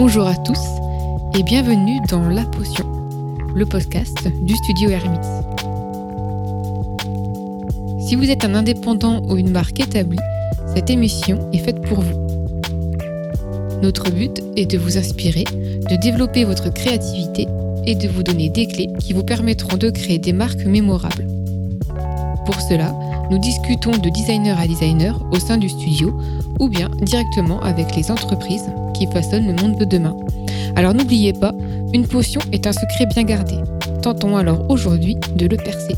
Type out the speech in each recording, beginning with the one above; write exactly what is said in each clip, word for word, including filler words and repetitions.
Bonjour à tous et bienvenue dans La Potion, le podcast du studio Hermits. Si vous êtes un indépendant ou une marque établie, cette émission est faite pour vous. Notre but est de vous inspirer, de développer votre créativité et de vous donner des clés qui vous permettront de créer des marques mémorables. Pour cela, nous discutons de designer à designer au sein du studio ou bien directement avec les entreprises qui façonnent le monde de demain. Alors n'oubliez pas, une potion est un secret bien gardé. Tentons alors aujourd'hui de le percer.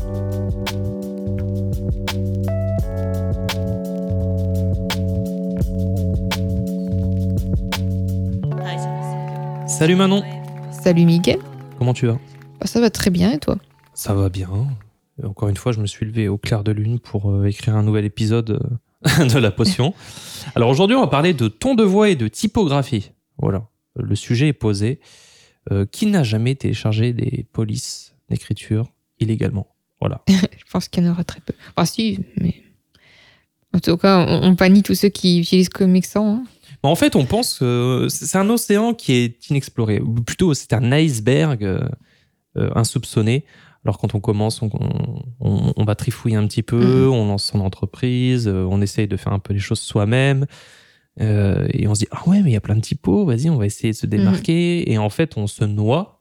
Salut Manon. Salut Miguel. Comment tu vas ? Bah, ça va très bien et toi ? Ça va bien. Encore une fois, je me suis levé au clair de lune pour euh, écrire un nouvel épisode euh, de La Potion. Alors aujourd'hui, on va parler de ton de voix et de typographie. Voilà, le sujet est posé. Euh, qui n'a jamais téléchargé des polices d'écriture illégalement ? Voilà. Je pense qu'il y en aura très peu. Enfin si, mais... En tout cas, on, on bannit tous ceux qui utilisent Comic Sans. Hein. En fait, on pense que c'est un océan qui est inexploré. Ou plutôt, c'est un iceberg euh, euh, insoupçonné. Alors, quand on commence, on, on, on va trifouiller un petit peu, mmh. on lance son entreprise, euh, on essaye de faire un peu les choses soi-même. Euh, et on se dit, ah ouais, mais il y a plein de typos, vas-y, on va essayer de se démarquer. Mmh. Et en fait, on se noie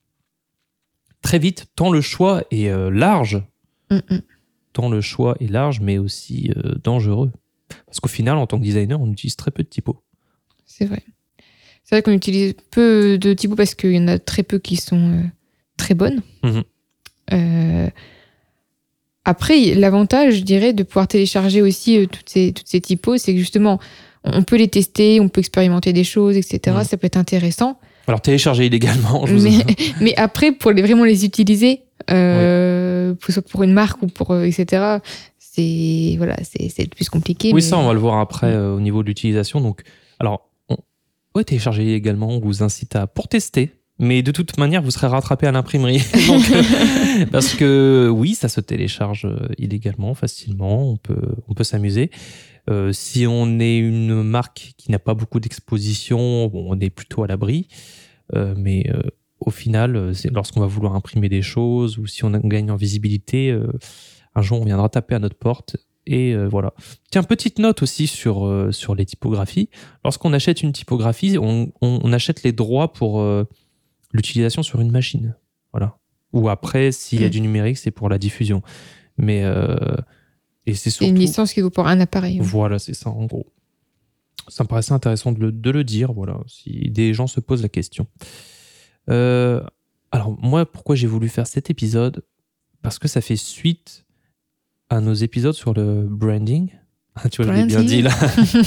très vite, tant le choix est euh, large, mmh. tant le choix est large, mais aussi euh, dangereux. Parce qu'au final, en tant que designer, on utilise très peu de typos. C'est vrai. C'est vrai qu'on utilise peu de typos parce qu'il y en a très peu qui sont euh, très bonnes. Mmh. Euh, après, l'avantage, je dirais, de pouvoir télécharger aussi euh, toutes ces, toutes ces typos, c'est que justement, on peut les tester, on peut expérimenter des choses, et cetera. Mmh. Ça peut être intéressant. Alors, télécharger illégalement, je vous mais, mais après, pour les, vraiment les utiliser, euh, oui. que ce soit pour une marque ou pour, euh, et cetera, c'est, voilà, c'est, c'est plus compliqué. Oui, mais... ça, on va le voir après euh, au niveau de l'utilisation. Donc, alors, on... ouais, télécharger illégalement, on vous incite à, pour tester, mais de toute manière, vous serez rattrapé à l'imprimerie. Donc, euh, parce que oui, ça se télécharge illégalement, facilement, on peut, on peut s'amuser. Euh, si on est une marque qui n'a pas beaucoup d'exposition, bon, on est plutôt à l'abri. Euh, mais euh, au final, c'est lorsqu'on va vouloir imprimer des choses ou si on gagne en visibilité, euh, un jour, on viendra taper à notre porte. Et euh, voilà. Tiens, petite note aussi sur, euh, sur les typographies. Lorsqu'on achète une typographie, on, on, on achète les droits pour... Euh, l'utilisation sur une machine, voilà. Ou après, s'il y a mmh. du numérique, c'est pour la diffusion. Mais euh, et c'est surtout une licence qui vaut pour un appareil. Ouais. Voilà, c'est ça en gros. Ça me paraissait intéressant de le, de le dire, voilà. Si des gens se posent la question. Euh, alors moi, pourquoi j'ai voulu faire cet épisode ? Parce que ça fait suite à nos épisodes sur le branding. Tu vois, branding. Je l'ai bien dit là.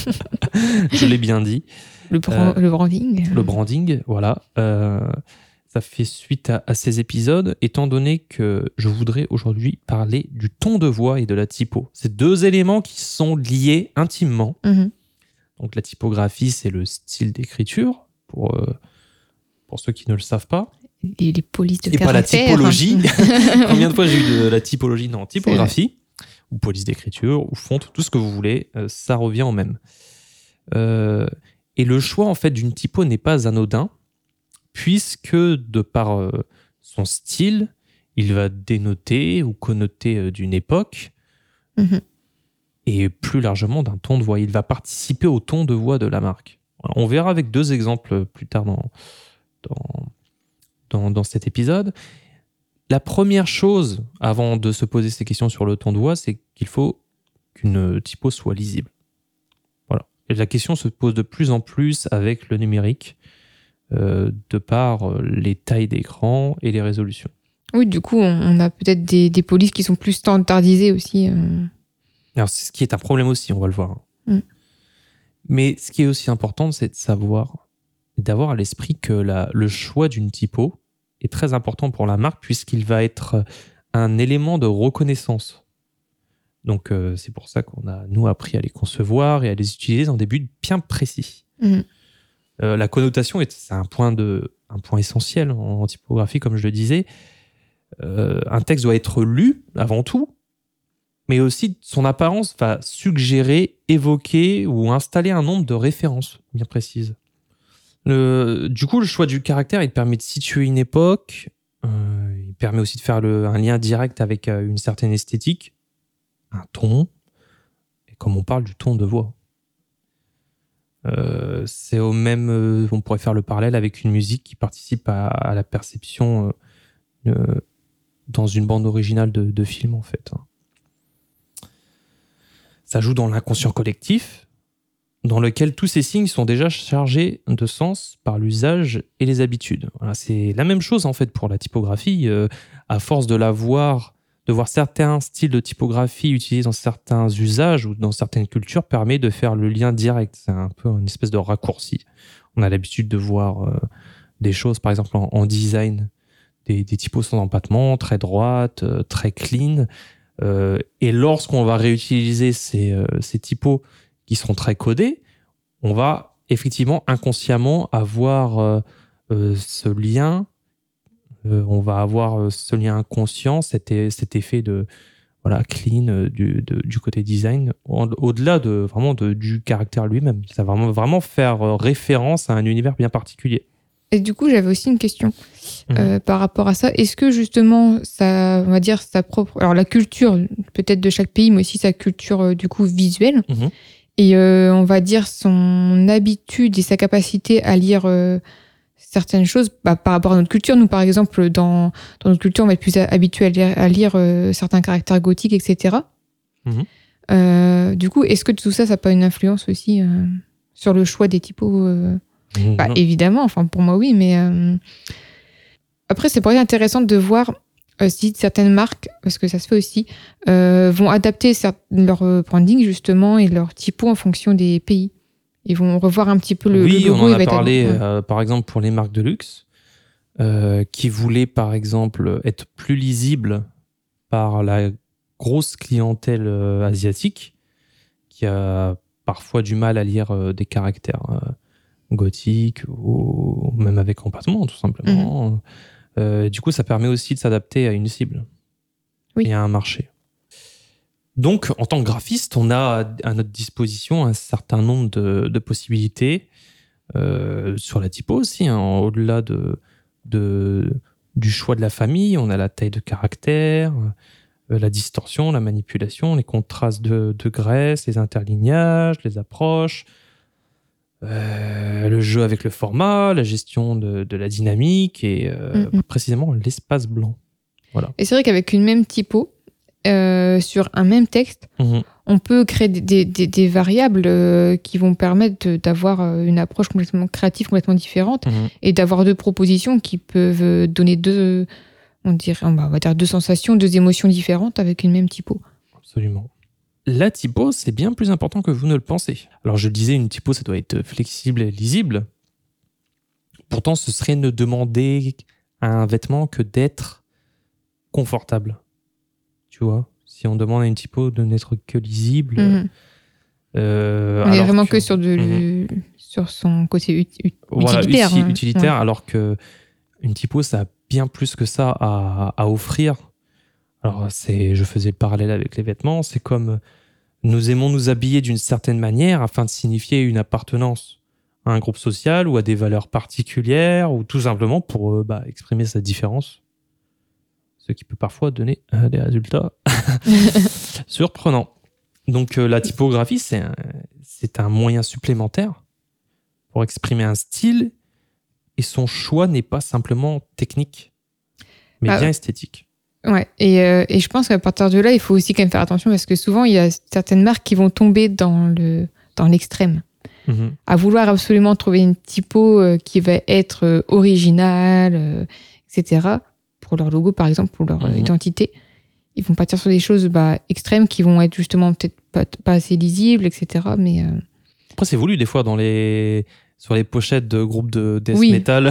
Je l'ai bien dit. Le, bra- euh, le branding. Le branding, voilà. Euh, ça fait suite à, à ces épisodes, étant donné que je voudrais aujourd'hui parler du ton de voix et de la typo. C'est deux éléments qui sont liés intimement. Mm-hmm. Donc la typographie, c'est le style d'écriture, pour, euh, pour ceux qui ne le savent pas. Les, les polices de et caractère. Et pas la typologie. Combien de fois j'ai eu de la typologie ? Non, typographie, ou police d'écriture, ou fonte, tout ce que vous voulez, euh, ça revient au même. Euh, Et le choix en fait d'une typo n'est pas anodin, puisque de par euh, son style, il va dénoter ou connoter euh, d'une époque, mmh. et plus largement d'un ton de voix. Il va participer au ton de voix de la marque. Alors, on verra avec deux exemples plus tard dans, dans, dans, dans cet épisode. La première chose, avant de se poser ces questions sur le ton de voix, c'est qu'il faut qu'une typo soit lisible. Et la question se pose de plus en plus avec le numérique, euh, de par les tailles d'écran et les résolutions. Oui, du coup, on a peut-être des, des polices qui sont plus standardisées aussi. Euh... Alors, c'est ce qui est un problème aussi, on va le voir. Mm. Mais ce qui est aussi important, c'est de savoir, d'avoir à l'esprit que la, le choix d'une typo est très important pour la marque, puisqu'il va être un élément de reconnaissance. Donc, euh, c'est pour ça qu'on a, nous, appris à les concevoir et à les utiliser dans des buts bien précis. Mmh. Euh, la connotation, est, c'est un point, de, un point essentiel en, en typographie, comme je le disais. Euh, un texte doit être lu, avant tout, mais aussi son apparence va suggérer, évoquer ou installer un nombre de références bien précises. Le, du coup, le choix du caractère, il te permet de situer une époque. Euh, il permet aussi de faire le, un lien direct avec euh, une certaine esthétique, un ton, et comme on parle du ton de voix. Euh, c'est au même, euh, on pourrait faire le parallèle avec une musique qui participe à, à la perception euh, euh, dans une bande originale de, de film, en fait. Ça joue dans l'inconscient collectif, dans lequel tous ces signes sont déjà chargés de sens par l'usage et les habitudes. Voilà, c'est la même chose en fait pour la typographie. Euh, à force de la voir, de voir certains styles de typographie utilisés dans certains usages ou dans certaines cultures, permet de faire le lien direct. C'est un peu une espèce de raccourci. On a l'habitude de voir euh, des choses, par exemple en, en design, des, des typos sans empattement, très droites, euh, très clean. Euh, et lorsqu'on va réutiliser ces, euh, ces typos qui seront très codés, on va effectivement inconsciemment avoir euh, euh, ce lien, euh, on va avoir euh, ce lien inconscient, cet, cet effet de voilà, clean euh, du, de, du côté design, au- au-delà de, vraiment de, du caractère lui-même. Ça va vraiment, vraiment faire euh, référence à un univers bien particulier. Et du coup, j'avais aussi une question Mmh. euh, par rapport à ça. Est-ce que justement, ça, on va dire sa propre, alors la culture peut-être de chaque pays, mais aussi sa culture euh, du coup visuelle, Mmh. et euh, on va dire son habitude et sa capacité à lire euh, certaines choses, bah, par rapport à notre culture. Nous, par exemple, dans, dans notre culture, on va être plus habitué à lire, à lire euh, certains caractères gothiques, et cetera. Mmh. Euh, du coup, est-ce que tout ça, ça n'a pas une influence aussi euh, sur le choix des typos euh... Bah, Non. évidemment, enfin pour moi oui, mais euh... après c'est pour être intéressant de voir euh, si certaines marques, parce que ça se fait aussi, euh, vont adapter cer- leur euh, branding justement et leur typo en fonction des pays. Ils vont revoir un petit peu le, oui, le logo. on en il a va être parlé, ad- ouais. euh, par exemple, pour les marques de luxe, euh, qui voulaient, par exemple, être plus lisibles par la grosse clientèle euh, asiatique, qui a parfois du mal à lire euh, des caractères euh, gothiques, ou même avec empattement, tout simplement. Mhm. Euh, du coup, ça permet aussi de s'adapter à une cible Oui. et à un marché. Donc, en tant que graphiste, on a à notre disposition un certain nombre de, de possibilités euh, sur la typo aussi. Hein, au-delà de, de, du choix de la famille, on a la taille de caractère, euh, la distorsion, la manipulation, les contrastes de, de graisse, les interlignages, les approches, euh, le jeu avec le format, la gestion de, de la dynamique et euh, Mhm. précisément l'espace blanc. Voilà. Et c'est vrai qu'avec une même typo, euh, sur un même texte, Mhm. on peut créer des, des, des, des variables euh, qui vont permettre de- d'avoir euh, une approche complètement créative, complètement différente, Mhm. et d'avoir deux propositions qui peuvent euh, donner deux, on dirait, on va dire deux sensations, deux émotions différentes avec une même typo. Absolument. La typo, c'est bien plus important que vous ne le pensez. Alors, je le disais, une typo, ça doit être flexible et lisible. Pourtant, ce serait ne demander à un vêtement que d'être confortable. Tu vois, si on demande à une typo de n'être que lisible, Mhm. euh, On est alors vraiment que, que sur, de, Mhm. sur son côté ut- ut- Voilà, utilitaire. uti- hein. utilitaire, Ouais. alors que une typo, ça a bien plus que ça à, à offrir. Alors, c'est, je faisais le parallèle avec les vêtements, c'est comme nous aimons nous habiller d'une certaine manière afin de signifier une appartenance à un groupe social ou à des valeurs particulières ou tout simplement pour euh, bah, exprimer sa différence. Ce qui peut parfois donner euh, des résultats surprenants. Donc euh, la typographie, c'est un, c'est un moyen supplémentaire pour exprimer un style et son choix n'est pas simplement technique, mais Ah, bien esthétique. Ouais, et, euh, et je pense qu'à partir de là, il faut aussi quand même faire attention parce que souvent, il y a certaines marques qui vont tomber dans le dans l'extrême, Mhm. à vouloir absolument trouver une typo euh, qui va être euh, originale, euh, et cetera, pour leur logo, par exemple, pour leur euh, Mhm. identité. Ils vont partir sur des choses bah, extrêmes qui vont être justement peut-être pas, pas assez lisibles, et cetera. Mais euh, Après, c'est voulu des fois dans les sur les pochettes de groupes de death Oui. metal.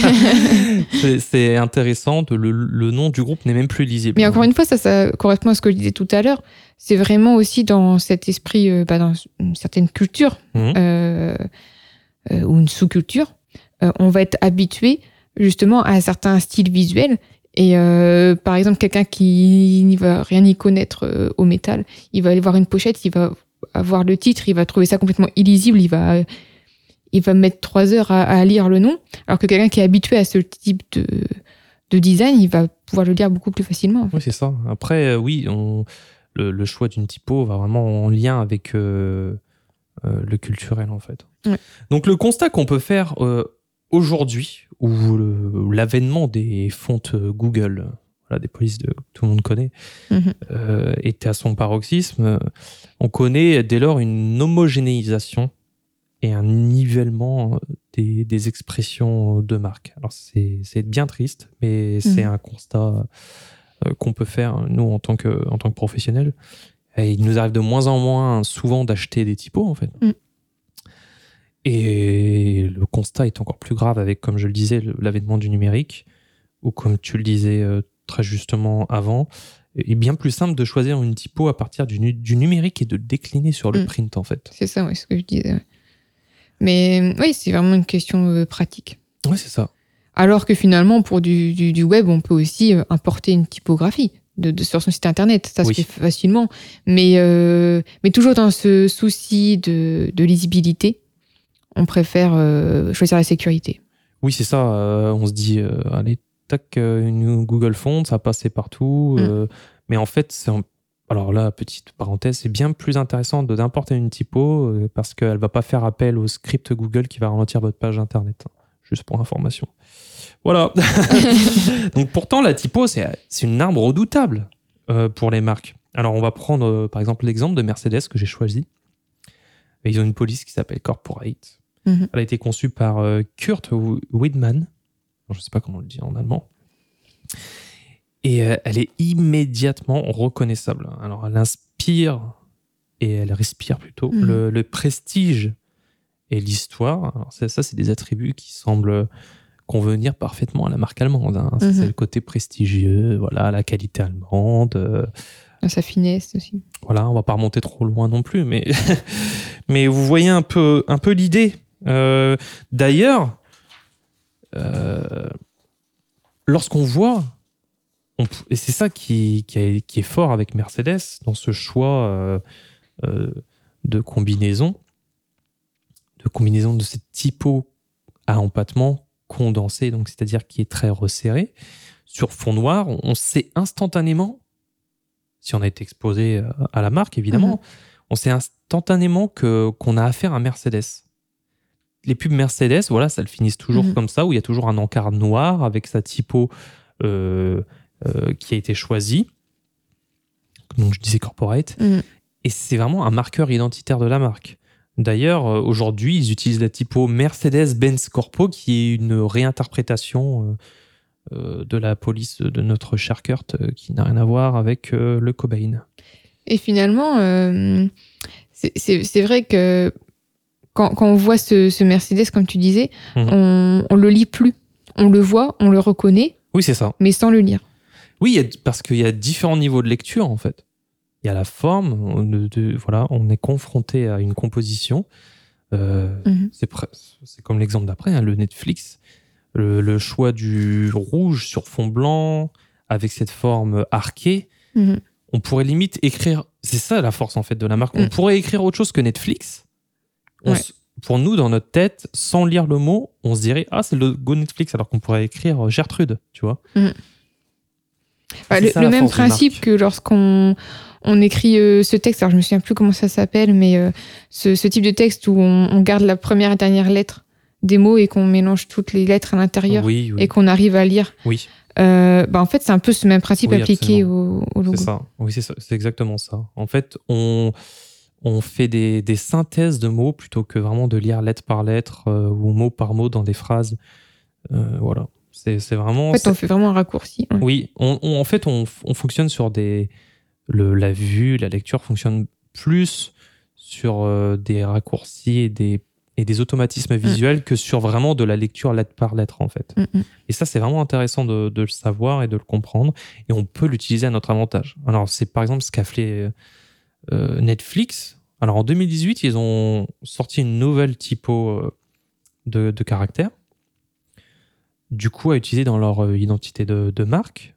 c'est, c'est intéressant. De, le, le nom du groupe n'est même plus lisible. Mais encore une fois, ça, ça correspond à ce que je disais tout à l'heure. C'est vraiment aussi dans cet esprit, euh, bah, dans une certaine culture Mhm. euh, euh, ou une sous-culture, euh, on va être habitué justement à un certain style visuel. Et euh, par exemple, quelqu'un qui n'y va rien y connaître euh, au métal, il va aller voir une pochette, il va avoir le titre, il va trouver ça complètement illisible, il va, il va mettre trois heures à, à lire le nom, alors que quelqu'un qui est habitué à ce type de, de design, il va pouvoir le lire beaucoup plus facilement. En fait. Oui, c'est ça. Après, euh, oui, on, le, le choix d'une typo va vraiment en lien avec euh, euh, le culturel, en fait. Ouais. Donc, le constat qu'on peut faire euh, aujourd'hui, où le- l'avènement des fontes Google, voilà, des polices de, que tout le monde connaît, Mhm. euh, était à son paroxysme, euh, on connaît dès lors une homogénéisation et un nivellement des, des expressions de marque. Alors, c'est, c'est bien triste, mais c'est Mhm. un constat euh, qu'on peut faire, nous, en tant que, en tant que professionnels. Et il nous arrive de moins en moins souvent d'acheter des typos, en fait. Mhm. Et le constat est encore plus grave avec, comme je le disais, le- l'avènement du numérique, ou comme tu le disais euh, très justement avant, il est bien plus simple de choisir une typo à partir du, nu- du numérique et de le décliner sur le Mm. print, en fait. C'est ça, ouais, ce que je disais. Ouais. Mais oui, c'est vraiment une question euh, pratique. Ouais, c'est ça. Alors que finalement, pour du, du, du web, on peut aussi euh, importer une typographie de, de, sur son site internet. Ça Oui. se fait facilement. Mais, euh, mais toujours dans ce souci de, de lisibilité, on préfère euh, choisir la sécurité. Oui, c'est ça. euh, on se dit, euh, allez, tac, euh, une Google Font, ça passait partout. Mm. euh, mais en fait, c'est un- alors là, petite parenthèse, c'est bien plus intéressant de d'importer une typo euh, parce qu'elle va pas faire appel au script Google qui va ralentir votre page internet. Juste pour information. Voilà. Donc pourtant, la typo, c'est c'est une arme redoutable euh, pour les marques. Alors on va prendre euh, par exemple l'exemple de Mercedes que j'ai choisi. Et ils ont une police qui s'appelle Corporate. Mhm. Elle a été conçue par euh, Kurt Widmann. Je ne sais pas comment on le dit en allemand. Et euh, elle est immédiatement reconnaissable. Alors elle inspire et elle respire plutôt Mhm. le, le prestige et l'histoire. Alors ça, ça, c'est des attributs qui semblent convenir parfaitement à la marque allemande. Hein. Mhm. C'est le côté prestigieux, voilà, la qualité allemande. euh, Sa finesse aussi. Voilà, on va pas remonter trop loin non plus, mais, mais vous voyez un peu, un peu l'idée. Euh, d'ailleurs, euh, lorsqu'on voit, on, et c'est ça qui, qui, est, qui est fort avec Mercedes dans ce choix euh, euh, de combinaison, de combinaison de cette typo à empattement condensé, donc c'est-à-dire qui est très resserré sur fond noir. On, on sait instantanément, si on a été exposé à la marque évidemment, mm-hmm. on sait instantanément que qu'on a affaire à Mercedes. Les pubs Mercedes, voilà, ça le finissent toujours mm-hmm. comme ça, où il y a toujours un encart noir avec sa typo euh, euh, qui a été choisie. Donc je disais corporate. Mm-hmm. Et c'est vraiment un marqueur identitaire de la marque. D'ailleurs, euh, aujourd'hui, ils utilisent la typo Mercedes-Benz Corpo, qui est une réinterprétation euh, euh, de la police de notre cher Kurt, euh, qui n'a rien à voir avec euh, le Cobain. Et finalement, euh, c'est, c'est, c'est vrai que Quand, quand on voit ce, ce Mercedes, comme tu disais, mmh. on, on le lit plus. On le voit, on le reconnaît. Oui, c'est ça. Mais sans le lire. Oui, y a, parce qu'il y a différents niveaux de lecture, en fait. Il y a la forme, on, de, de, voilà, on est confronté à une composition. Euh, mmh. c'est, pre- c'est comme l'exemple d'après, hein, le Netflix. Le, le choix du rouge sur fond blanc, avec cette forme arquée. Mmh. On pourrait limite écrire... C'est ça la force, en fait, de la marque. Mmh. On pourrait écrire autre chose que Netflix. On ouais. s- pour nous, dans notre tête, sans lire le mot, on se dirait « Ah, c'est le logo Netflix », alors qu'on pourrait écrire Gertrude, tu vois. Mmh. Bah, le le même principe que lorsqu'on on écrit euh, ce texte, alors je me souviens plus comment ça s'appelle, mais euh, ce, ce type de texte où on, on garde la première et dernière lettre des mots et qu'on mélange toutes les lettres à l'intérieur oui, oui. et qu'on arrive à lire. Oui. Euh, bah en fait, c'est un peu ce même principe oui, appliqué au, au logo. C'est ça. Oui, c'est, ça. c'est exactement ça. En fait, on... On fait des, des synthèses de mots plutôt que vraiment de lire lettre par lettre euh, ou mot par mot dans des phrases. Euh, voilà. C'est, c'est vraiment. En fait, c'est... on fait vraiment un raccourci. Ouais. Oui. On, on, en fait, on, on fonctionne sur des. Le, la vue, la lecture fonctionne plus sur euh, des raccourcis et des, et des automatismes visuels mmh. que sur vraiment de la lecture lettre par lettre, en fait. Mmh. Et ça, c'est vraiment intéressant de, de le savoir et de le comprendre. Et on peut l'utiliser à notre avantage. Alors, c'est par exemple ce qu'a fait. Euh, Netflix. Alors en deux mille dix-huit, ils ont sorti une nouvelle typo euh, de, de caractères, du coup à utiliser dans leur euh, identité de, de marque,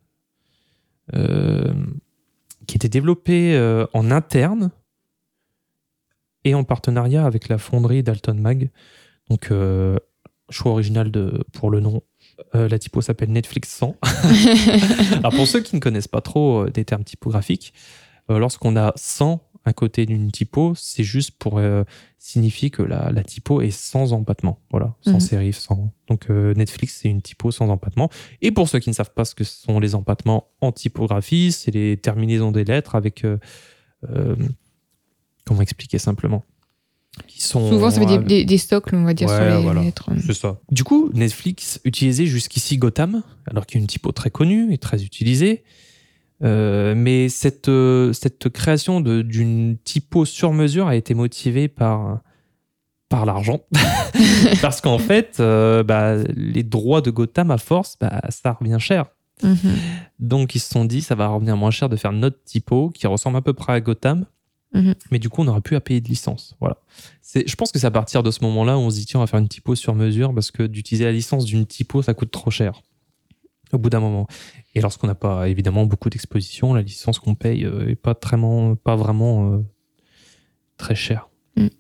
euh, qui était développée euh, en interne et en partenariat avec la fonderie Dalton Mag. Donc, euh, choix original de, pour le nom. Euh, la typo s'appelle Netflix cent. Alors, pour ceux qui ne connaissent pas trop euh, des termes typographiques, euh, lorsqu'on a cent à côté d'une typo, c'est juste pour euh, signifier que la, la typo est sans empattement. Voilà, sans Mhm. sérif, sans. Donc, euh, Netflix, c'est une typo sans empattement. Et pour ceux qui ne savent pas ce que sont les empattements en typographie, c'est les terminaisons des lettres avec. Euh, euh, comment expliquer simplement qui sont, Souvent, ça fait des, euh, des, des socles, on va dire, ouais, sur les voilà, lettres. c'est ça. Du coup, Netflix utilisait jusqu'ici Gotham, alors qu'il y a une typo très connue et très utilisée. Euh, mais cette, euh, cette création de, d'une typo sur mesure a été motivée par, par l'argent. Parce qu'en fait, euh, bah, les droits de Gotham, à force, bah, ça revient cher. Mhm. Donc, ils se sont dit, ça va revenir moins cher de faire notre typo qui ressemble à peu près à Gotham. Mhm. Mais du coup, on n'aura plus à payer de licence. Voilà. C'est, je pense que c'est à partir de ce moment-là où on se dit, tiens, on va faire une typo sur mesure parce que d'utiliser la licence d'une typo, ça coûte trop cher. Au bout d'un moment. Et lorsqu'on n'a pas, évidemment, beaucoup d'expositions, la licence qu'on paye n'est pas, pas vraiment euh, très chère. Mm.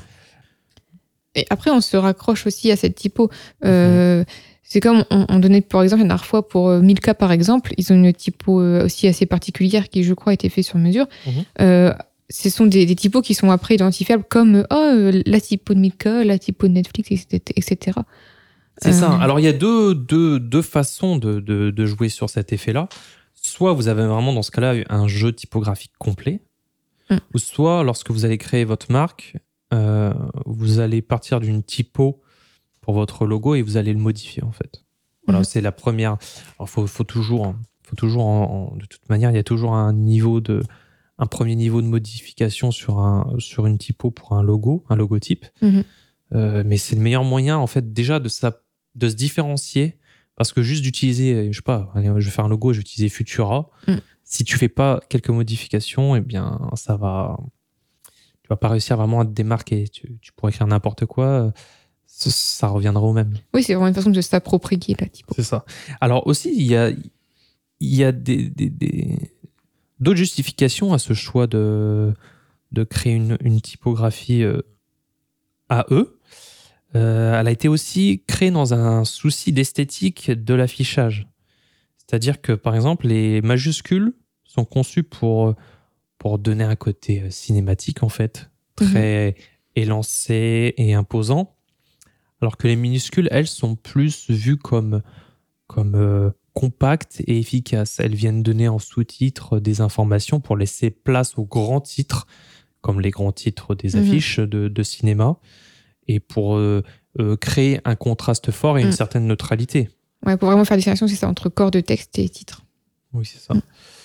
Et après, on se raccroche aussi à cette typo. Euh, mm-hmm. C'est comme on, on donnait, par exemple, la dernière fois pour euh, Milka, par exemple, ils ont une typo euh, aussi assez particulière qui, je crois, a été faite sur mesure. Mm-hmm. Euh, ce sont des, des typos qui sont après identifiables comme oh, euh, la typo de Milka, la typo de Netflix, et cetera. C'est euh... ça. Alors, il y a deux, deux, deux façons de, de, de jouer sur cet effet-là. Soit vous avez vraiment, dans ce cas-là, un jeu typographique complet, mm. ou soit, lorsque vous allez créer votre marque, euh, vous allez partir d'une typo pour votre logo et vous allez le modifier, en fait. Voilà, mm. c'est la première. Alors, faut, faut toujours, faut toujours en, en, de toute manière, il y a toujours un niveau de... un premier niveau de modification sur, un, sur une typo pour un logo, un logotype. Mm-hmm. Euh, mais c'est le meilleur moyen, en fait, déjà de, sa, de se différencier. Parce que juste d'utiliser, je sais pas, allez, je vais faire un logo, je vais utiliser Futura. Mm. Si tu fais pas quelques modifications, eh bien, ça va. Tu vas pas réussir vraiment à te démarquer. Tu, tu pourrais écrire n'importe quoi, ça, ça reviendra au même. Oui, c'est vraiment une façon de s'approprier la typo. C'est ça. Alors aussi, il y a, il y a des. des, des... d'autres justifications à ce choix de, de créer une, une typographie euh, A E. Euh, elle a été aussi créée dans un souci d'esthétique de l'affichage. C'est-à-dire que, par exemple, les majuscules sont conçues pour, pour donner un côté cinématique, en fait, très mmh. élancé et imposant, alors que les minuscules, elles, sont plus vues comme, comme euh, compactes et efficaces. Elles viennent donner en sous-titres des informations pour laisser place aux grands titres, comme les grands titres des mmh. affiches de, de cinéma, et pour euh, euh, créer un contraste fort et une mmh. certaine neutralité. Ouais, pour vraiment faire la distinction, c'est ça, entre corps de texte et titre. Oui, c'est ça. Mmh.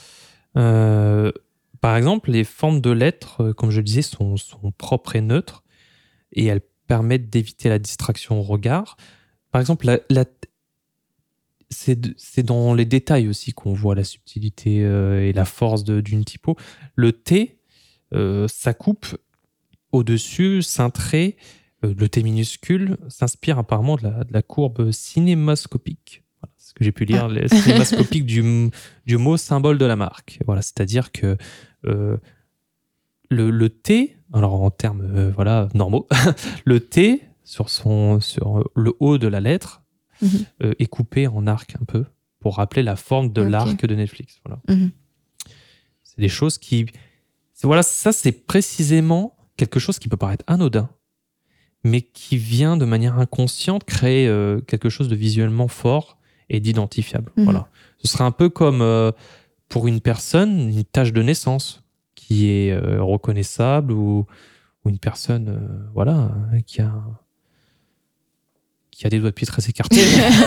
Euh, par exemple, les formes de lettres, comme je le disais, sont, sont propres et neutres, et elles permettent d'éviter la distraction au regard. Par exemple, la, la, c'est, c'est dans les détails aussi qu'on voit la subtilité euh, et la force de, d'une typo. Le T, euh, ça coupe au-dessus, cintré. Le T minuscule s'inspire apparemment de la, de la courbe cinémascopique. Voilà, c'est ce que j'ai pu lire, ah. le cinémascopique du, du mot symbole de la marque. Voilà, c'est-à-dire que euh, le, le T, alors en termes euh, voilà, normaux, le T sur, son, sur le haut de la lettre mm-hmm. euh, est coupé en arc un peu pour rappeler la forme de okay. l'arc de Netflix. Voilà. Mm-hmm. C'est des choses qui... C'est, voilà, ça, c'est précisément quelque chose qui peut paraître anodin, mais qui vient de manière inconsciente créer euh, quelque chose de visuellement fort et d'identifiable. Mmh. Voilà. Ce serait un peu comme euh, pour une personne, une tache de naissance qui est euh, reconnaissable ou, ou une personne euh, voilà, qui, a, qui a des doigts de pied très écartés.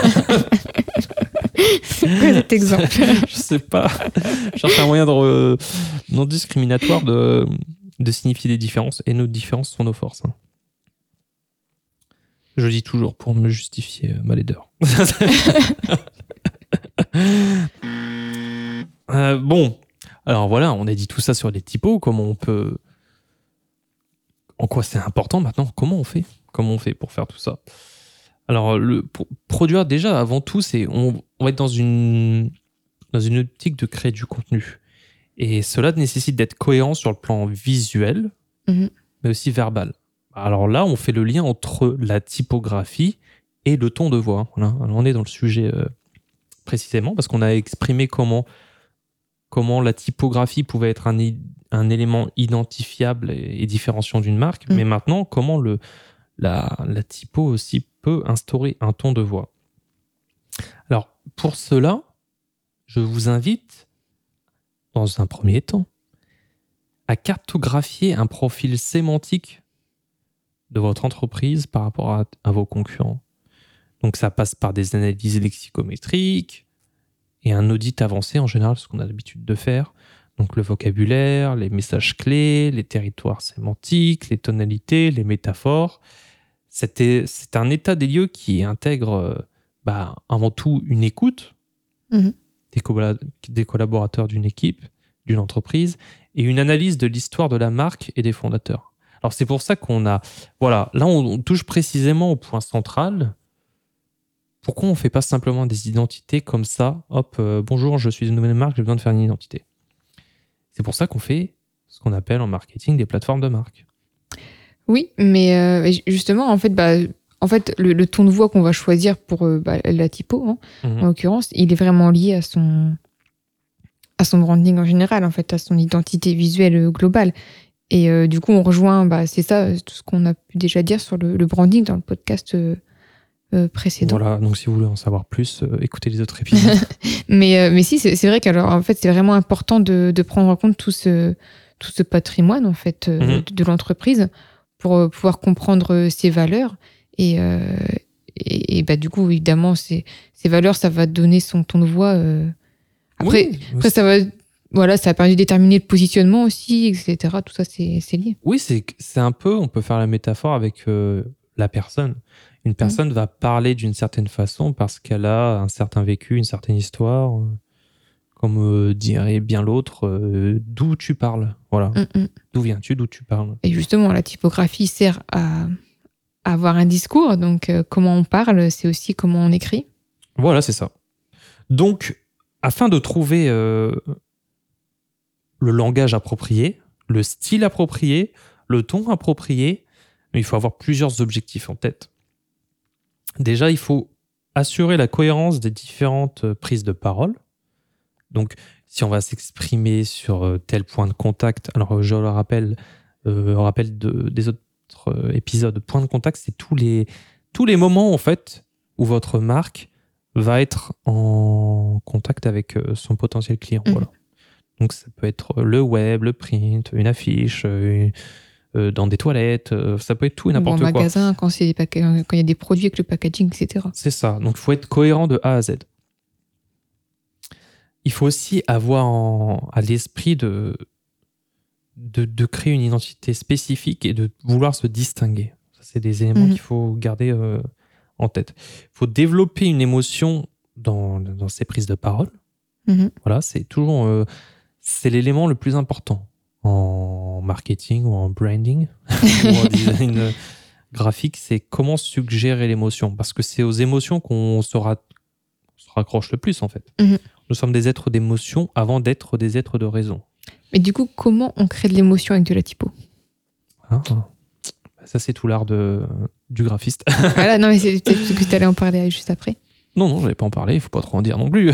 C'est quoi cet exemple ? Je sais pas. Je cherche un moyen de re... non discriminatoire de, de signifier des différences, et nos différences sont nos forces. Hein. Je dis toujours pour me justifier ma laideur. euh, bon, alors voilà, on a dit tout ça sur les typos. Comment on peut... En quoi c'est important maintenant ? Comment on fait ? Comment on fait pour faire tout ça ? Alors, le, pour produire déjà, avant tout, c'est, on, on va être dans une, dans une optique de créer du contenu. Et cela nécessite d'être cohérent sur le plan visuel, mmh. mais aussi verbal. Alors là, on fait le lien entre la typographie et le ton de voix. Voilà. Alors on est dans le sujet euh, précisément parce qu'on a exprimé comment, comment la typographie pouvait être un, un élément identifiable et, et différenciant d'une marque. Mmh. Mais maintenant, comment le, la, la typo aussi peut instaurer un ton de voix. Alors, pour cela, je vous invite, dans un premier temps, à cartographier un profil sémantique de votre entreprise par rapport à, à vos concurrents. Donc ça passe par des analyses lexicométriques et un audit avancé en général, ce qu'on a l'habitude de faire. Donc le vocabulaire, les messages clés, les territoires sémantiques, les tonalités, les métaphores. C'était, c'est un état des lieux qui intègre bah, avant tout une écoute mmh. des, collab- des collaborateurs d'une équipe, d'une entreprise, et une analyse de l'histoire de la marque et des fondateurs. Alors c'est pour ça qu'on a... Voilà, là on, on touche précisément au point central. Pourquoi on ne fait pas simplement des identités comme ça ? Hop, euh, bonjour, je suis une nouvelle marque, j'ai besoin de faire une identité. C'est pour ça qu'on fait ce qu'on appelle en marketing des plateformes de marque. Oui, mais euh, justement, en fait, bah, en fait le, le ton de voix qu'on va choisir pour euh, bah, la typo, hein, mmh. en l'occurrence, il est vraiment lié à son, à son branding en général, en fait, à son identité visuelle globale. Et euh, du coup, on rejoint, bah, c'est ça, tout ce qu'on a pu déjà dire sur le, le branding dans le podcast euh, euh, précédent. Voilà, donc si vous voulez en savoir plus, euh, écoutez les autres épisodes. mais, euh, mais si, c'est, c'est vrai qu'alors, en fait, c'est vraiment important de, de prendre en compte tout ce, tout ce patrimoine, en fait, euh, mm-hmm. de, de l'entreprise pour euh, pouvoir comprendre euh, ses valeurs. Et, euh, et, et bah, du coup, évidemment, ces, ces valeurs, ça va donner son ton de voix. Euh... Après, oui, après ça va... Voilà, ça a permis de déterminer le positionnement aussi, et cetera. Tout ça, c'est, c'est lié. Oui, c'est, c'est un peu, on peut faire la métaphore avec euh, la personne. Une personne mmh. va parler d'une certaine façon parce qu'elle a un certain vécu, une certaine histoire. Euh, comme euh, dirait bien l'autre, euh, d'où tu parles. Voilà. Mmh. D'où viens-tu, d'où tu parles. Et justement, la typographie sert à, à avoir un discours. Donc, euh, comment on parle, c'est aussi comment on écrit. Voilà, c'est ça. Donc, afin de trouver... Euh, le langage approprié, le style approprié, le ton approprié, mais il faut avoir plusieurs objectifs en tête. Déjà, il faut assurer la cohérence des différentes prises de parole. Donc, si on va s'exprimer sur tel point de contact, alors je le rappelle, euh, on rappelle de, des autres épisodes, point de contact, c'est tous les, tous les moments en fait où votre marque va être en contact avec son potentiel client. Mmh. Voilà. Donc, ça peut être le web, le print, une affiche, euh, euh, dans des toilettes, euh, ça peut être tout et n'importe quoi. Dans un magasin, quand il paca- y a des produits avec le packaging, et cetera. C'est ça. Donc, il faut être cohérent de A à Z. Il faut aussi avoir en, à l'esprit de, de, de créer une identité spécifique et de vouloir se distinguer. Ça, c'est des éléments mmh. qu'il faut garder euh, en tête. Il faut développer une émotion dans, dans ses prises de parole. Mmh. Voilà, c'est toujours... Euh, c'est l'élément le plus important en marketing ou en branding ou en design graphique, c'est comment suggérer l'émotion. Parce que c'est aux émotions qu'on se, ra- se raccroche le plus, en fait. Mm-hmm. Nous sommes des êtres d'émotion avant d'être des êtres de raison. Mais du coup, comment on crée de l'émotion avec de la typo ? Ah, ça, c'est tout l'art de, du graphiste. Voilà, non, mais c'est peut-être que tu allais en parler juste après. Non, non, je n'allais pas en parler, il ne faut pas trop en dire non plus.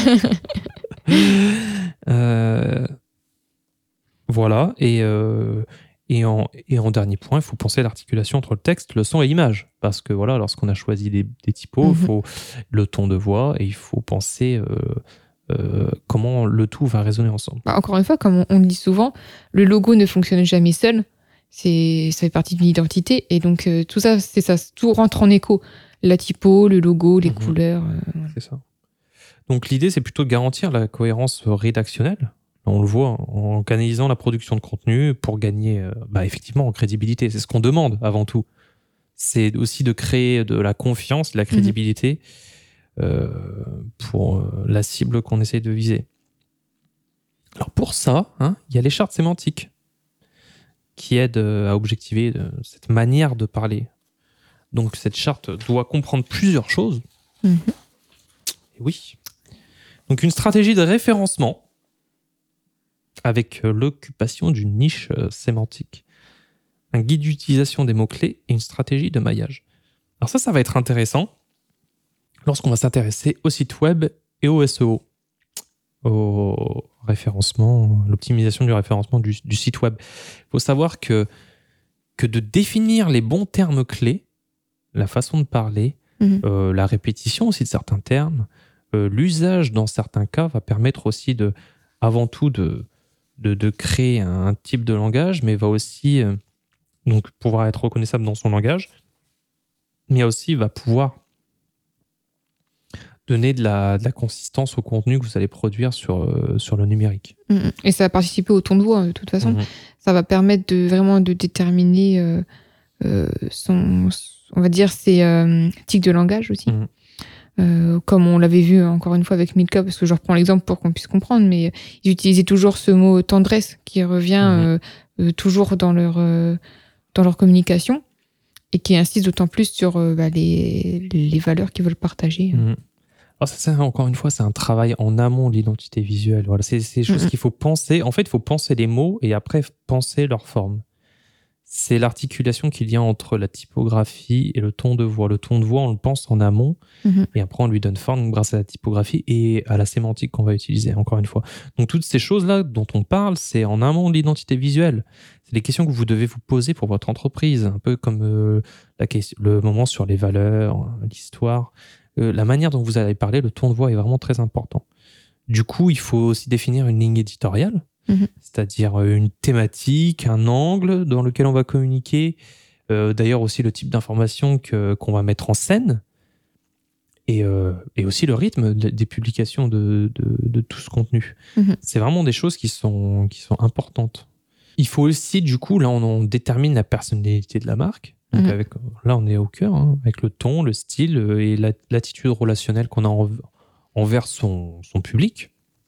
Euh, voilà, et, euh, et, en, et en dernier point, il faut penser à l'articulation entre le texte, le son et l'image. Parce que voilà, lorsqu'on a choisi des, des typos, il mm-hmm. faut le ton de voix et il faut penser euh, euh, comment le tout va résonner ensemble. Bah, encore une fois, comme on, on le dit souvent, le logo ne fonctionne jamais seul. C'est, ça fait partie d'une identité. Et donc, euh, tout ça, c'est ça, tout rentre en écho. La typo, le logo, les mm-hmm. couleurs. Euh, c'est ça. Donc l'idée, c'est plutôt de garantir la cohérence rédactionnelle. On le voit en canalisant la production de contenu pour gagner bah, effectivement en crédibilité. C'est ce qu'on demande avant tout. C'est aussi de créer de la confiance, de la crédibilité mmh. euh, pour la cible qu'on essaie de viser. Alors pour ça, hein, il y a les chartes sémantiques qui aident à objectiver cette manière de parler. Donc cette charte doit comprendre plusieurs choses. Mmh. Et oui. Donc une stratégie de référencement avec l'occupation d'une niche sémantique. un guide d'utilisation des mots-clés et une stratégie de maillage. Alors ça, ça va être intéressant lorsqu'on va s'intéresser au site web et au S E O, au référencement, l'optimisation du référencement du, du site web. Il faut savoir que, que de définir les bons termes clés, la façon de parler, mmh. euh, la répétition aussi de certains termes, euh, l'usage dans certains cas va permettre aussi de, avant tout de, de, de créer un, un type de langage, mais va aussi euh, donc pouvoir être reconnaissable dans son langage, mais aussi va pouvoir donner de la, de la consistance au contenu que vous allez produire sur, euh, sur le numérique. Mmh. Et ça va participer au ton de voix, de toute façon. Mmh. Ça va permettre de, vraiment de déterminer euh, euh, son, on va dire, ses euh, tics de langage aussi. Mmh. Euh, comme on l'avait vu encore une fois avec Milka, parce que je reprends l'exemple pour qu'on puisse comprendre, mais ils utilisaient toujours ce mot tendresse qui revient mmh. euh, euh, toujours dans leur, euh, dans leur communication et qui insiste d'autant plus sur euh, bah, les, les valeurs qu'ils veulent partager. Mmh. Alors ça, ça, encore une fois, c'est un travail en amont de l'identité visuelle. Voilà, c'est, c'est des choses mmh. qu'il faut penser. En fait, il faut penser les mots et après penser leur forme. C'est l'articulation qu'il y a entre la typographie et le ton de voix. Le ton de voix, on le pense en amont, mmh. et après on lui donne forme grâce à la typographie et à la sémantique qu'on va utiliser, encore une fois. Donc toutes ces choses-là dont on parle, c'est en amont de l'identité visuelle. C'est les questions que vous devez vous poser pour votre entreprise, un peu comme euh, la question, le moment sur les valeurs, l'histoire. Euh, la manière dont vous allez parler, le ton de voix est vraiment très important. Du coup, il faut aussi définir une ligne éditoriale, mmh. c'est-à-dire une thématique, un angle dans lequel on va communiquer, euh, d'ailleurs aussi le type d'information que, qu'on va mettre en scène, et, euh, et aussi le rythme de, des publications de, de, de tout ce contenu. Mmh. C'est vraiment des choses qui sont, qui sont importantes. Il faut aussi, du coup, là on, on détermine la personnalité de la marque. Donc mmh. avec, là on est au cœur, hein, avec le ton, le style et la, l'attitude relationnelle qu'on a en, envers son, son public.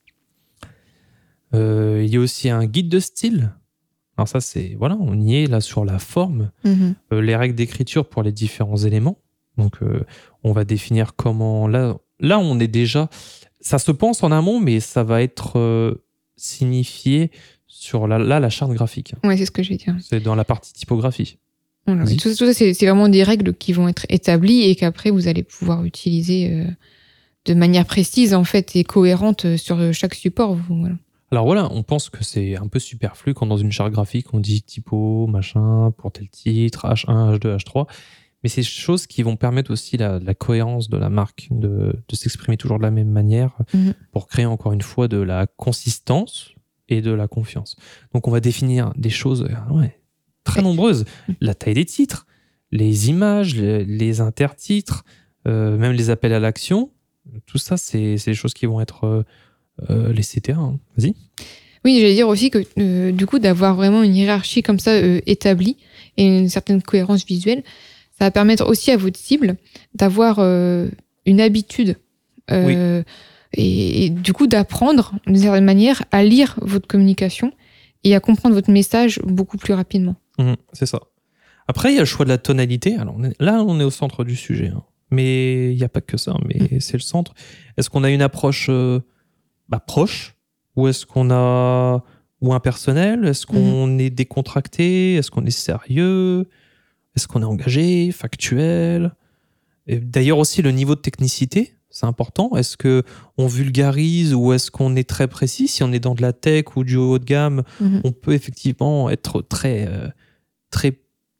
Euh, il y a aussi un guide de style. Alors ça, c'est, voilà, on y est là sur la forme, mmh. euh, les règles d'écriture pour les différents éléments. Donc, euh, on va définir comment... Là, là, on est déjà... Ça se pense en amont, mais ça va être euh, signifié sur la, là, la charte graphique. Oui, c'est ce que je vais dire. C'est dans la partie typographie. Voilà, tout, tout ça, c'est, c'est vraiment des règles qui vont être établies et qu'après, vous allez pouvoir utiliser euh, de manière précise, en fait, et cohérente sur chaque support. Vous, voilà. Alors voilà, on pense que c'est un peu superflu quand dans une charte graphique, on dit typo, machin, pour tel titre, H un, H deux, H trois. Mais c'est des choses qui vont permettre aussi la, la cohérence de la marque, de, de s'exprimer toujours de la même manière, mmh. pour créer encore une fois de la consistance et de la confiance. Donc on va définir des choses ouais, très nombreuses. La taille des titres, les images, les, les intertitres, euh, même les appels à l'action. Tout ça, c'est, c'est des choses qui vont être... Euh, Euh, les C T A, hein. Vas-y. Oui, j'allais dire aussi que euh, du coup, d'avoir vraiment une hiérarchie comme ça euh, établie et une certaine cohérence visuelle, ça va permettre aussi à votre cible d'avoir euh, une habitude euh, oui. et, et du coup d'apprendre d'une certaine manière à lire votre communication et à comprendre votre message beaucoup plus rapidement. Mmh, c'est ça. Après, il y a le choix de la tonalité. Alors on est, là, on est au centre du sujet, hein. Mais il n'y a pas que ça, mais mmh. c'est le centre. Est-ce qu'on a une approche euh, Bah, proche, ou est-ce qu'on a ou impersonnel, est-ce qu'on mmh. est décontracté, est-ce qu'on est sérieux, est-ce qu'on est engagé, factuel. Et d'ailleurs aussi le niveau de technicité, c'est important. Est-ce que on vulgarise ou est-ce qu'on est très précis? Si on est dans de la tech ou du haut de gamme, mmh. on peut effectivement être très euh, très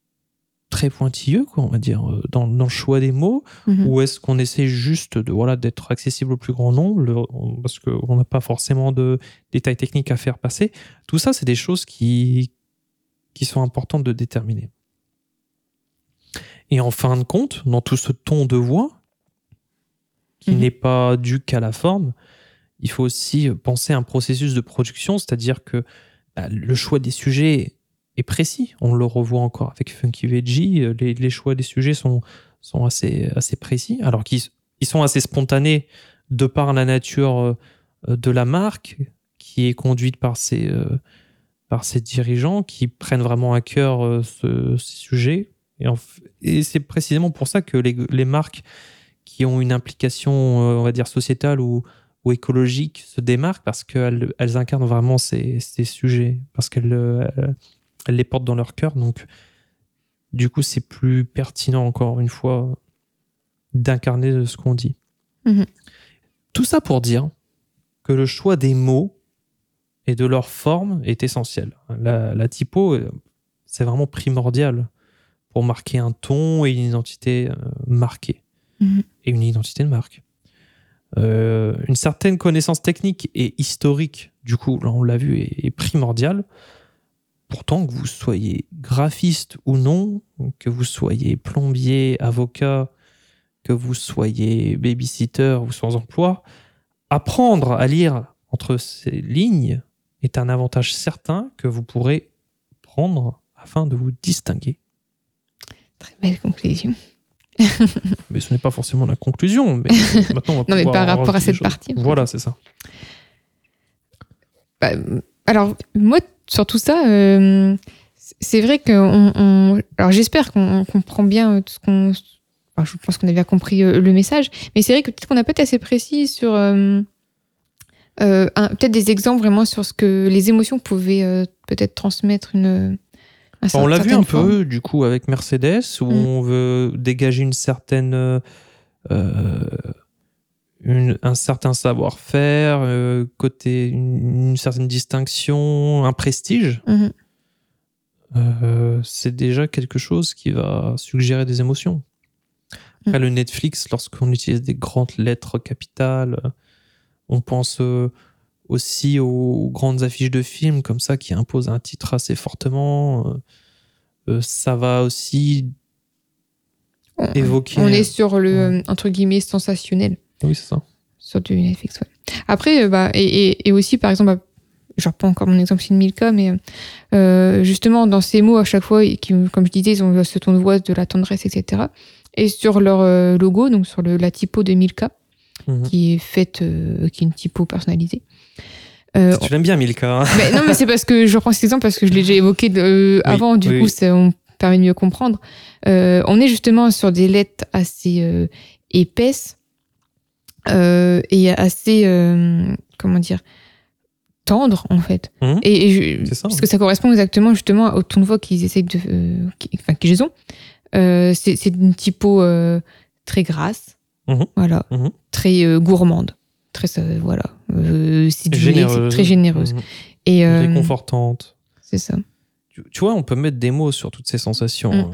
très pointilleux, quoi, on va dire, dans, dans le choix des mots, mmh. ou est-ce qu'on essaie juste de, voilà, d'être accessible au plus grand nombre, parce qu'on n'a pas forcément de détails techniques à faire passer. Tout ça, c'est des choses qui, qui sont importantes de déterminer. Et en fin de compte, dans tout ce ton de voix, qui mmh. n'est pas dû qu'à la forme, il faut aussi penser à un processus de production, c'est-à-dire que bah, le choix des sujets est précis. On le revoit encore avec Funky Veggie. Les, les choix des sujets sont, sont assez, assez précis, alors qu'ils ils sont assez spontanés de par la nature de la marque qui est conduite par ses, euh, par ses dirigeants qui prennent vraiment à cœur euh, ce, ces sujets. Et, en, et c'est précisément pour ça que les, les marques qui ont une implication, euh, on va dire, sociétale ou, ou écologique se démarquent parce qu'elles elles incarnent vraiment ces, ces sujets, parce qu'elles... Euh, elles les portent dans leur cœur. Donc, Du coup, c'est plus pertinent, encore une fois, d'incarner ce qu'on dit. Mmh. Tout ça pour dire que le choix des mots et de leur forme est essentiel. La, la typo, c'est vraiment primordial pour marquer un ton et une identité euh, marquée. Mmh. Et une identité de marque. Euh, une certaine connaissance technique et historique, du coup, là on l'a vu, est, est primordiale. Pourtant, que vous soyez graphiste ou non, que vous soyez plombier, avocat, que vous soyez babysitter ou sans emploi, apprendre à lire entre ces lignes est un avantage certain que vous pourrez prendre afin de vous distinguer. Très belle conclusion. Mais ce n'est pas forcément la conclusion. Mais maintenant, on va non, mais par rapport à cette choses. partie. Voilà, c'est ça. Bah, alors, moi, sur tout ça, euh, c'est vrai que on, on, alors j'espère qu'on comprend bien tout ce qu'on. Enfin, je pense qu'on a bien compris euh, le message, mais c'est vrai que peut-être qu'on n'a pas été assez précis sur euh, euh, un, peut-être des exemples vraiment sur ce que les émotions pouvaient euh, peut-être transmettre une. Un on l'a vu un forme. peu du coup avec Mercedes où mmh. on veut dégager une certaine euh, une, un certain savoir-faire, euh, côté une, une certaine distinction, un prestige. Mmh. Euh, c'est déjà quelque chose qui va suggérer des émotions. Après, mmh. le Netflix, lorsqu'on utilise des grandes lettres capitales, on pense euh, aussi aux, aux grandes affiches de films comme ça qui imposent un titre assez fortement. Euh, euh, ça va aussi on, évoquer... On est sur le, ouais. entre guillemets, sensationnel. Oui, c'est ça. Sur du Netflix, ouais. Après, bah, et, et, et aussi, par exemple, bah, je reprends encore mon exemple, c'est Milka, mais euh, justement, dans ces mots, à chaque fois, qui, comme je disais, ils ont ce ton de voix, de la tendresse, et cetera. Et sur leur euh, logo, donc sur le, la typo de Milka, mmh. qui est faite, euh, qui est une typo personnalisée. Euh, tu l'aimes bien, Milka. Hein. Mais non, mais c'est parce que je reprends cet exemple parce que je l'ai déjà évoqué de, euh, oui, avant, du oui, coup, oui. ça on permet de mieux comprendre. Euh, on est justement sur des lettres assez euh, épaisses euh, et assez, euh, comment dire, tendres, en fait. Mmh. Et, et je, ça, parce oui. que ça correspond exactement, justement, au ton de voix qu'ils essayent de. Euh, qui, enfin, qu'ils ont. Euh, c'est, c'est une typo euh, très grasse, mmh. voilà, mmh. très euh, gourmande. Très, euh, voilà, euh, séduisée, c'est très généreuse. Mmh. Et, euh, réconfortante. C'est ça. Tu, tu vois, on peut mettre des mots sur toutes ces sensations. Mmh.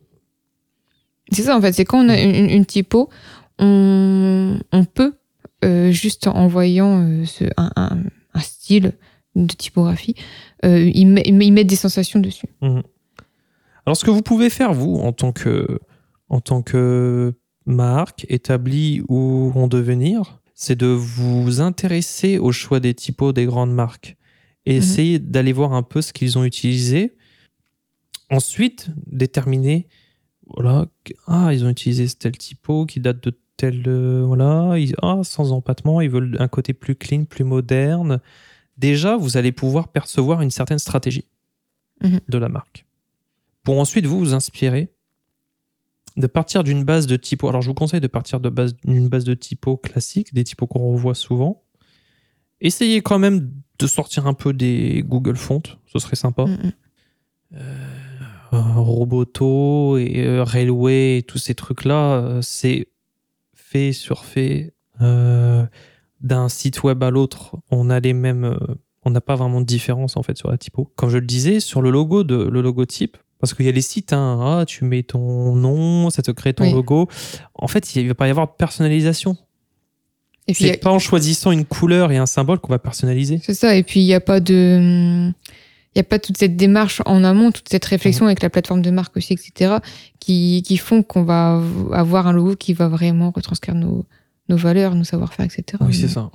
C'est ça, en fait. C'est quand on a une, une typo, on, on peut, euh, juste en voyant euh, ce, un, un, un style de typographie, euh, y, met, y mettre des sensations dessus. Mmh. Alors, ce que vous pouvez faire, vous, en tant que, en tant que marque établie ou en devenir, c'est de vous intéresser au choix des typos des grandes marques et mmh. essayer d'aller voir un peu ce qu'ils ont utilisé. Ensuite, déterminer, voilà, ah, ils ont utilisé tel typo qui date de tel, euh, voilà, ils, ah, sans empattement, ils veulent un côté plus clean, plus moderne. Déjà, vous allez pouvoir percevoir une certaine stratégie mmh. de la marque. Pour ensuite vous vous inspirer de partir d'une base de typo. Alors, je vous conseille de partir de base, d'une base de typo classique, des typos qu'on revoit souvent. Essayez quand même de sortir un peu des Google Fonts, ce serait sympa. Mm-hmm. Euh, Roboto et euh, Railway et tous ces trucs-là, euh, c'est fait, surfait. Euh, d'un site web à l'autre, on a les mêmes... Euh, on n'a pas vraiment de différence, en fait, sur la typo. Comme je le disais, sur le logo, de, le logotype, parce qu'il y a les sites, hein, ah, tu mets ton nom, ça te crée ton oui. logo. En fait, il ne va pas y avoir de personnalisation. Et puis, c'est a... pas en choisissant une couleur et un symbole qu'on va personnaliser. C'est ça, et puis il n'y a pas de... Il n'y a pas toute cette démarche en amont, toute cette réflexion mmh. avec la plateforme de marque aussi, et cetera, qui, qui font qu'on va avoir un logo qui va vraiment retranscrire nos, nos valeurs, nos savoir-faire, et cetera. Oui, mais... c'est ça.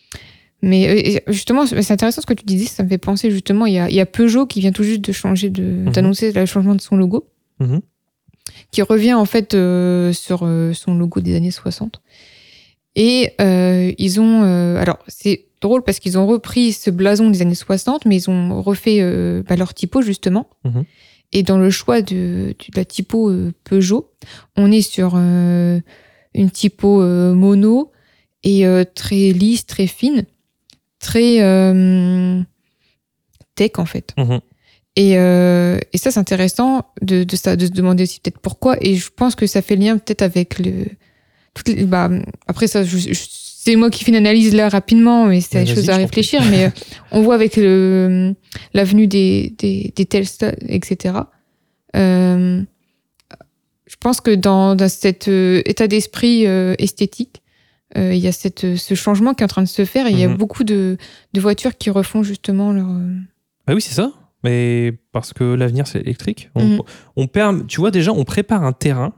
Mais justement, c'est intéressant ce que tu disais, ça me fait penser justement, il y a, il y a Peugeot qui vient tout juste de changer, de, mmh. d'annoncer le changement de son logo, mmh. qui revient en fait euh, sur euh, son logo des années soixante. Et euh, ils ont... Euh, alors, c'est drôle parce qu'ils ont repris ce blason des années soixante, mais ils ont refait euh, bah, leur typo justement. Mmh. Et dans le choix de, de la typo euh, Peugeot, on est sur euh, une typo euh, mono et euh, très lisse, très fine. Très euh, tech en fait. Mmh. Et, euh, et ça, c'est intéressant de, de, ça, de se demander aussi peut-être pourquoi. Et je pense que ça fait lien peut-être avec le... Toutes les, bah, après, ça, je, je, c'est moi qui fais une analyse là rapidement, mais c'est des choses à réfléchir. Mais euh, on voit avec le, l'avenue des, des, des Telstar, et cetera. Euh, je pense que dans, dans cet euh, état d'esprit euh, esthétique, euh, il y a cette, ce changement qui est en train de se faire. Et il mm-hmm. y a beaucoup de, de voitures qui refont justement leur... Ah oui, c'est ça. Mais parce que l'avenir, c'est électrique. On, mm-hmm. on perd, tu vois, déjà, on prépare un terrain.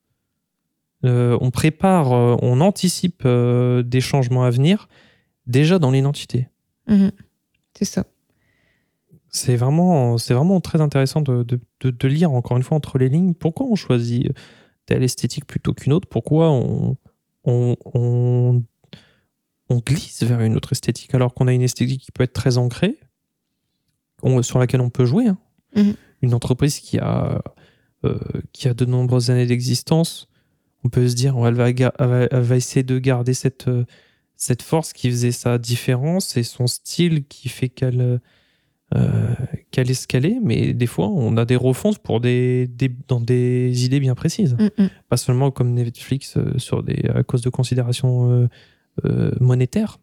Euh, on prépare, euh, on anticipe euh, des changements à venir déjà dans l'identité. Mmh. C'est ça. C'est vraiment, c'est vraiment très intéressant de, de, de, de lire encore une fois entre les lignes pourquoi on choisit telle esthétique plutôt qu'une autre, pourquoi on, on, on, on glisse vers une autre esthétique alors qu'on a une esthétique qui peut être très ancrée, on, sur laquelle on peut jouer. Hein. Mmh. Une entreprise qui a, euh, qui a de nombreuses années d'existence. On peut se dire, elle va, elle va, elle va essayer de garder cette, cette force qui faisait sa différence et son style qui fait qu'elle, euh, qu'elle est ce qu'elle est. Mais des fois, on a des refontes pour des, des, dans des idées bien précises. Mm-hmm. Pas seulement comme Netflix euh, sur des, à cause de considérations euh, euh, monétaires,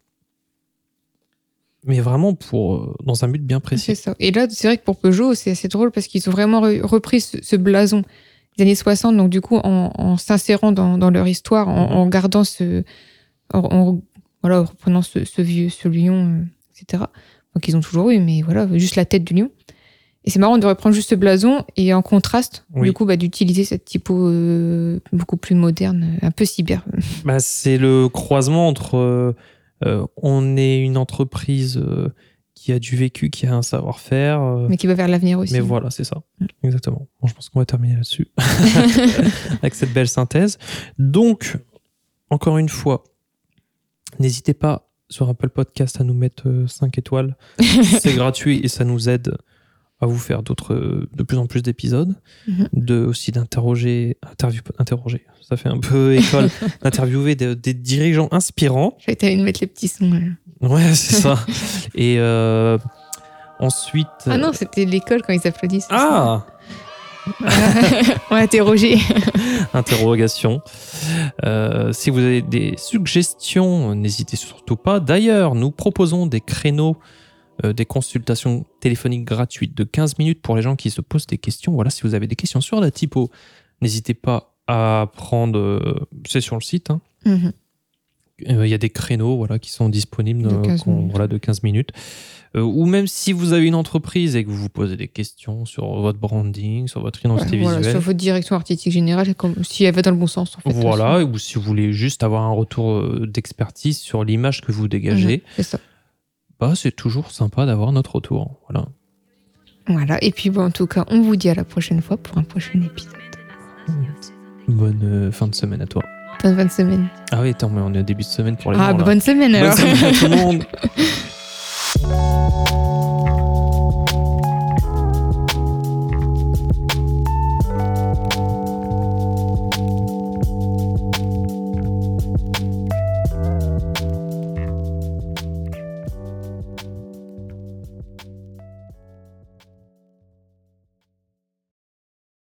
mais vraiment pour, dans un but bien précis. C'est ça. Et là, c'est vrai que pour Peugeot, c'est assez drôle parce qu'ils ont vraiment repris ce, ce blason des années soixante, donc du coup, en, en s'insérant dans, dans leur histoire, en, en gardant ce... En, en, voilà, en reprenant ce, ce vieux, ce lion, euh, et cetera. Donc, ils ont toujours eu, mais voilà, juste la tête du lion. Et c'est marrant de reprendre juste ce blason et en contraste, oui. du coup, bah, d'utiliser cette typo euh, beaucoup plus moderne, un peu cyber. Bah, c'est le croisement entre... Euh, on est une entreprise... Euh, qui a du vécu, qui a un savoir-faire. Euh, mais qui va vers l'avenir aussi. Mais voilà, c'est ça. Mm. Exactement. Bon, je pense qu'on va terminer là-dessus. Avec cette belle synthèse. Donc, encore une fois, n'hésitez pas sur Apple Podcast à nous mettre cinq étoiles. C'est gratuit et ça nous aide à vous faire d'autres, de plus en plus d'épisodes. Mm-hmm. De, aussi d'interroger, interview, interroger, ça fait un peu école, d'interviewer des, des dirigeants inspirants. Je vais t'aller mettre les petits sons. Là. Ouais, c'est ça. Et euh, ensuite... Ah non, c'était l'école quand ils applaudissent. Ah On va interroger. Interrogation. Euh, si vous avez des suggestions, n'hésitez surtout pas. D'ailleurs, nous proposons des créneaux, euh, des consultations téléphoniques gratuites de quinze minutes pour les gens qui se posent des questions. Voilà, si vous avez des questions sur la typo, n'hésitez pas à prendre... Euh, c'est sur le site, hein. Mm-hmm. Il euh, y a des créneaux voilà, qui sont disponibles de quinze, euh, voilà, de quinze minutes. Euh, ou même si vous avez une entreprise et que vous vous posez des questions sur votre branding, sur votre identité ouais, voilà, visuelle. Sur votre direction artistique générale, comme, si elle va dans le bon sens. En fait, voilà, ou si vous voulez juste avoir un retour d'expertise sur l'image que vous dégagez. Mmh, c'est ça. Bah, c'est toujours sympa d'avoir notre retour. Voilà. Voilà, et puis bon, en tout cas, on vous dit à la prochaine fois pour un prochain épisode. Bonne euh, fin de semaine à toi. Bonne fin de semaine. Ah oui, attends, mais on est au début de semaine pour les Ah, gens, bah bonne semaine alors. Bonne semaine à tout le monde.